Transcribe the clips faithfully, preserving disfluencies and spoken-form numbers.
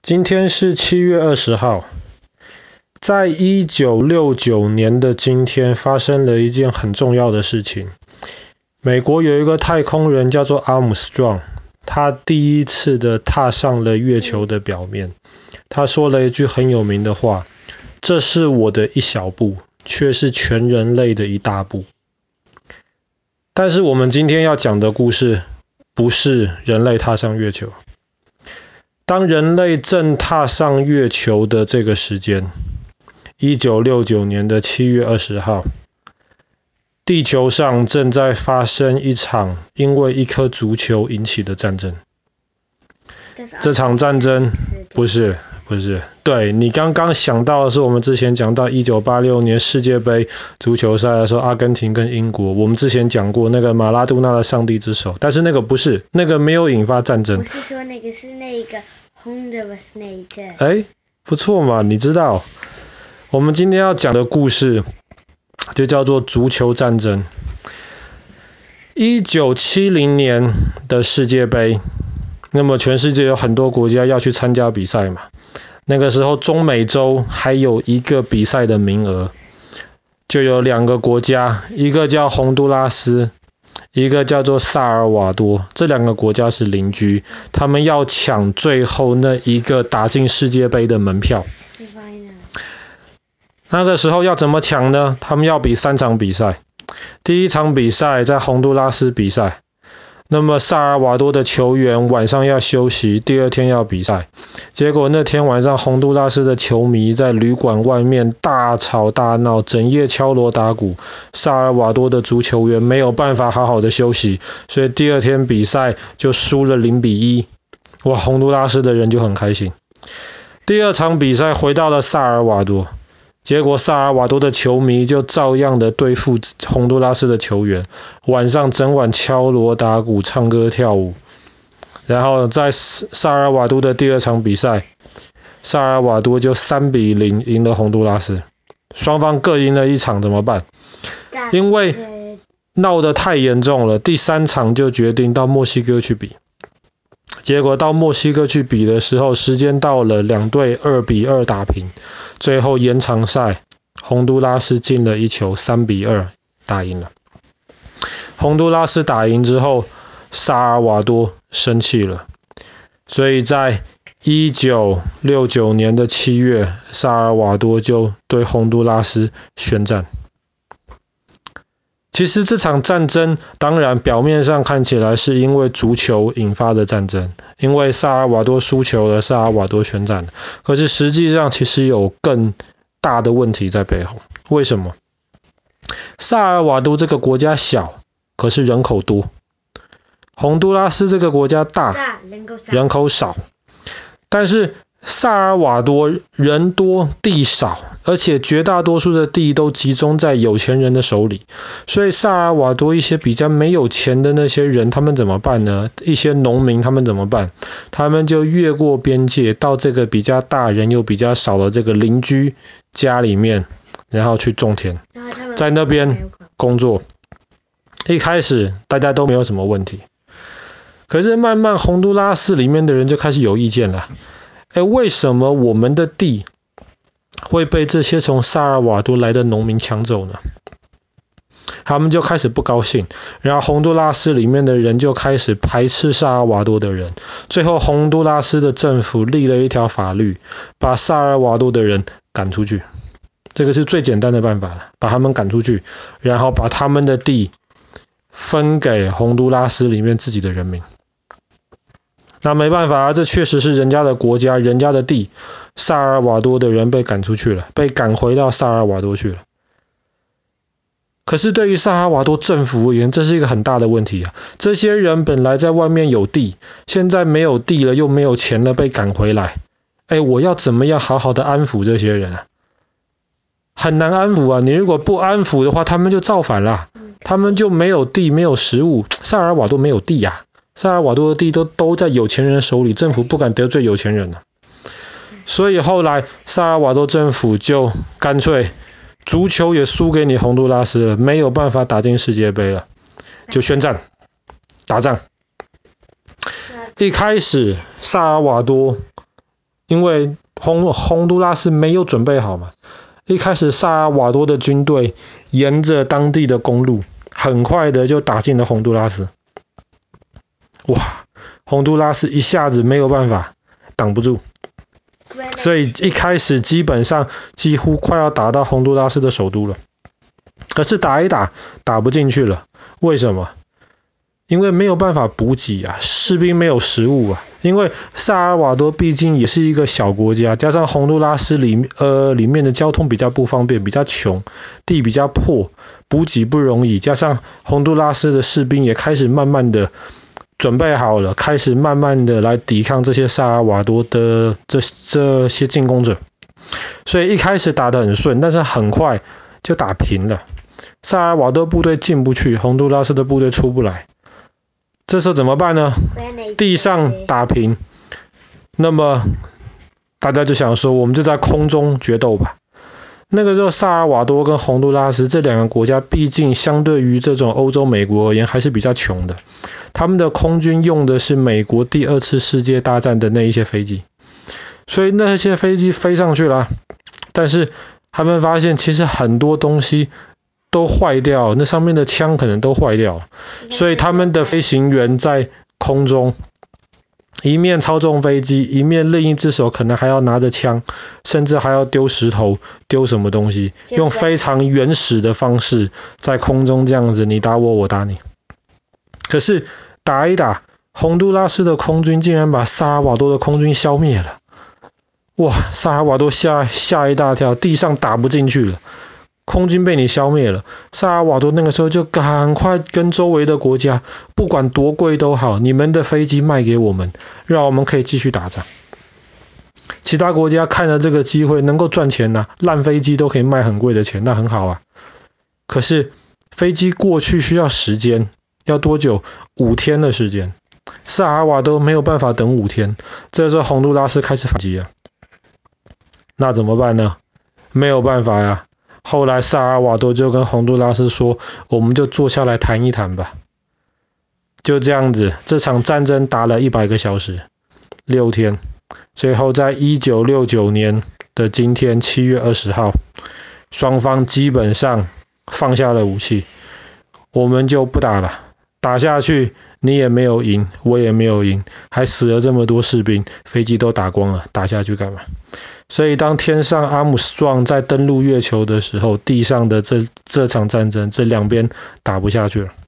今天是七月二十号，在一九六九年的今天发生了一件很重要的事情。美国有一个太空人叫做阿姆斯壮，他第一次的踏上了月球的表面。他说了一句很有名的话：这是我的一小步，却是全人类的一大步。但是我们今天要讲的故事不是人类踏上月球。当人类正踏上月球的这个时间，一九六九年的七月二十号，地球上正在发生一场因为一颗足球引起的战争。这场战争不是不是对，你刚刚想到的是我们之前讲到一九八六年世界杯足球赛的时候，阿根廷跟英国，我们之前讲过那个马拉多纳的上帝之手，但是那个不是，那个没有引发战争。 我是说那个是那个 Honduras 那一个。 哎，不错嘛，你知道。我们今天要讲的故事就叫做足球战争。一九七零年的世界杯，那么全世界有很多国家要去参加比赛嘛。那个时候中美洲还有一个比赛的名额，就有两个国家，一个叫洪都拉斯，一个叫做萨尔瓦多，这两个国家是邻居，他们要抢最后那一个打进世界杯的门票。那个时候要怎么抢呢？他们要比三场比赛。第一场比赛在洪都拉斯比赛，那么萨尔瓦多的球员晚上要休息，第二天要比赛。结果那天晚上洪都拉斯的球迷在旅馆外面大吵大闹，整夜敲锣打鼓，萨尔瓦多的足球员没有办法好好的休息，所以第二天比赛就输了零比一。哇，洪都拉斯的人就很开心。第二场比赛回到了萨尔瓦多，结果萨尔瓦多的球迷就照样的对付洪都拉斯的球员，晚上整晚敲锣打鼓，唱歌跳舞。然后在萨尔瓦多的第二场比赛，萨尔瓦多就三比零赢了洪都拉斯。双方各赢了一场，怎么办？因为闹得太严重了，第三场就决定到墨西哥去比。结果到墨西哥去比的时候，时间到了，两队二比二打平。最后延长赛，洪都拉斯进了一球，三比二打赢了。洪都拉斯打赢之后，萨尔瓦多生气了，所以在一九六九年的七月，萨尔瓦多就对洪都拉斯宣战。其实这场战争当然表面上看起来是因为足球引发的战争，因为萨尔瓦多输球了，萨尔瓦多宣战了。可是实际上其实有更大的问题在背后。为什么？萨尔瓦多这个国家小，可是人口多。洪都拉斯这个国家大，人口少。但是萨尔瓦多人多地少，而且绝大多数的地都集中在有钱人的手里，所以萨尔瓦多一些比较没有钱的那些人，他们怎么办呢？一些农民他们怎么办？他们就越过边界到这个比较大人又比较少的这个邻居家里面，然后去种田，在那边工作。一开始大家都没有什么问题，可是慢慢洪都拉斯里面的人就开始有意见了。哎，为什么我们的地会被这些从萨尔瓦多来的农民抢走呢？他们就开始不高兴，然后洪都拉斯里面的人就开始排斥萨尔瓦多的人。最后洪都拉斯的政府立了一条法律，把萨尔瓦多的人赶出去。这个是最简单的办法了，把他们赶出去，然后把他们的地分给洪都拉斯里面自己的人民。那没办法啊，这确实是人家的国家，人家的地。萨尔瓦多的人被赶出去了，被赶回到萨尔瓦多去了。可是对于萨尔瓦多政府而言，这是一个很大的问题啊。这些人本来在外面有地，现在没有地了，又没有钱了，被赶回来。哎，我要怎么样好好的安抚这些人啊？很难安抚啊，你如果不安抚的话，他们就造反了，他们就没有地，没有食物。萨尔瓦多没有地啊。萨尔瓦多的地都都在有钱人手里，政府不敢得罪有钱人了。所以后来萨尔瓦多政府就干脆足球也输给你洪都拉斯了，没有办法打进世界杯了，就宣战打仗。一开始萨尔瓦多因为洪洪都拉斯没有准备好嘛。一开始萨尔瓦多的军队沿着当地的公路，很快的就打进了洪都拉斯。哇，洪都拉斯一下子没有办法挡不住，所以一开始基本上几乎快要打到洪都拉斯的首都了。可是打一打打不进去了，为什么？因为没有办法补给啊，士兵没有食物啊。因为萨尔瓦多毕竟也是一个小国家，加上洪都拉斯里呃里面的交通比较不方便，比较穷，地比较破，补给不容易，加上洪都拉斯的士兵也开始慢慢的准备好了，开始慢慢的来抵抗这些萨尔瓦多的这这些进攻者，所以一开始打得很顺，但是很快就打平了。萨尔瓦多部队进不去，洪都拉斯的部队出不来。这时候怎么办呢？地上打平，那么大家就想说，我们就在空中决斗吧。那个时候萨尔瓦多跟洪都拉斯这两个国家，毕竟相对于这种欧洲美国而言还是比较穷的，他们的空军用的是美国第二次世界大战的那一些飞机，所以那些飞机飞上去了，但是他们发现其实很多东西都坏掉，那上面的枪可能都坏掉，所以他们的飞行员在空中一面操纵飞机，一面另一只手可能还要拿着枪，甚至还要丢石头，丢什么东西，用非常原始的方式在空中这样子，你打我，我打你。可是打一打，洪都拉斯的空军竟然把萨尔瓦多的空军消灭了。哇，萨尔瓦多吓吓一大跳，地上打不进去了。空军被你消灭了，萨尔瓦多那个时候就赶快跟周围的国家，不管多贵都好，你们的飞机卖给我们，让我们可以继续打仗。其他国家看了这个机会能够赚钱啊，烂飞机都可以卖很贵的钱，那很好啊。可是飞机过去需要时间，要多久？五天的时间。萨尔瓦多没有办法等五天，这时候洪都拉斯开始反击了。那怎么办呢？没有办法呀。后来萨尔瓦多就跟洪都拉斯说，我们就坐下来谈一谈吧。就这样子，这场战争打了一百个小时，六天，最后在一九六九年的今天七月二十号，双方基本上放下了武器，我们就不打了，打下去你也没有赢，我也没有赢，还死了这么多士兵，飞机都打光了，打下去干嘛？所以当天上阿姆斯壮在登陆月球的时候，地上的这这场战争，这两边打不下去了。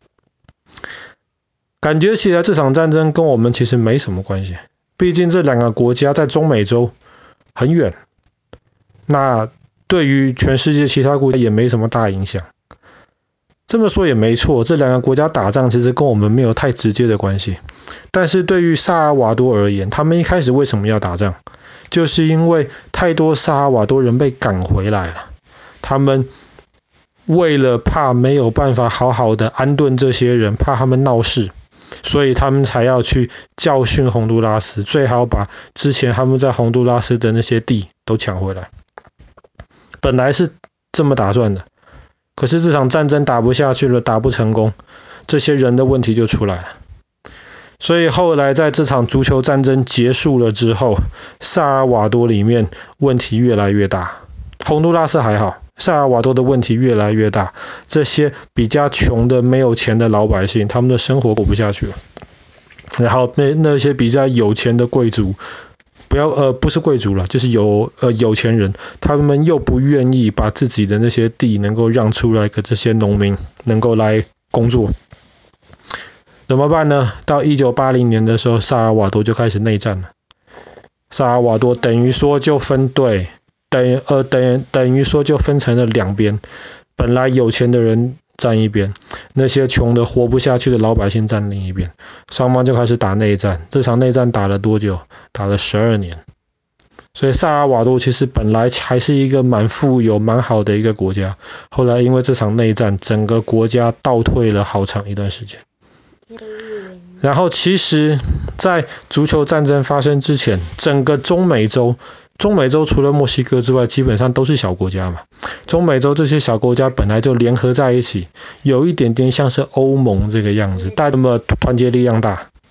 感觉起来这场战争跟我们其实没什么关系，毕竟这两个国家在中美洲很远，那对于全世界其他国家也没什么大影响。这么说也没错，这两个国家打仗其实跟我们没有太直接的关系，但是对于萨尔瓦多而言，他们一开始为什么要打仗？就是因为太多萨尔瓦多人被赶回来了，他们为了怕没有办法好好的安顿这些人，怕他们闹事，所以他们才要去教训洪都拉斯，最好把之前他们在洪都拉斯的那些地都抢回来。本来是这么打算的，可是这场战争打不下去了，打不成功，这些人的问题就出来了。所以后来在这场足球战争结束了之后，萨尔瓦多里面问题越来越大，洪都拉斯还好，萨尔瓦多的问题越来越大，这些比较穷的没有钱的老百姓，他们的生活过不下去了。然后那那些比较有钱的贵族，不要呃不是贵族了，就是有呃有钱人，他们又不愿意把自己的那些地能够让出来给这些农民能够来工作。怎么办呢？到一九八零年的时候，萨尔瓦多就开始内战了。萨尔瓦多等于说就分队，等呃等等于说就分成了两边。本来有钱的人站一边，那些穷的活不下去的老百姓站另一边，双方就开始打内战。这场内战打了多久？打了十二年。所以萨尔瓦多其实本来还是一个蛮富有、蛮好的一个国家，后来因为这场内战，整个国家倒退了好长一段时间。然后其实在足球战争发生之前，整个中美洲中美洲除了墨西哥之外，基本上都是小国家嘛。中美洲这些小国家本来就联合在一起，有一点点像是欧盟这个样子，大家那么团结力量大。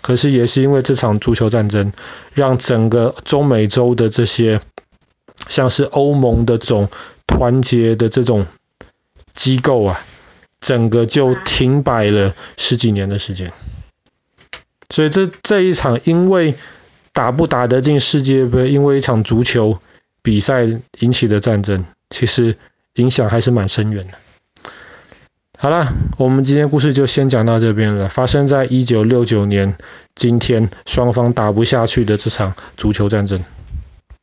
可是也是因为这场足球战争，让整个中美洲的这些像是欧盟的这种团结的这种机构啊，整个就停摆了十几年的时间。所以这这一场因为打不打得进世界杯，因为一场足球比赛引起的战争，其实影响还是蛮深远的。好了，我们今天故事就先讲到这边了。发生在一九六九年，今天双方打不下去的这场足球战争。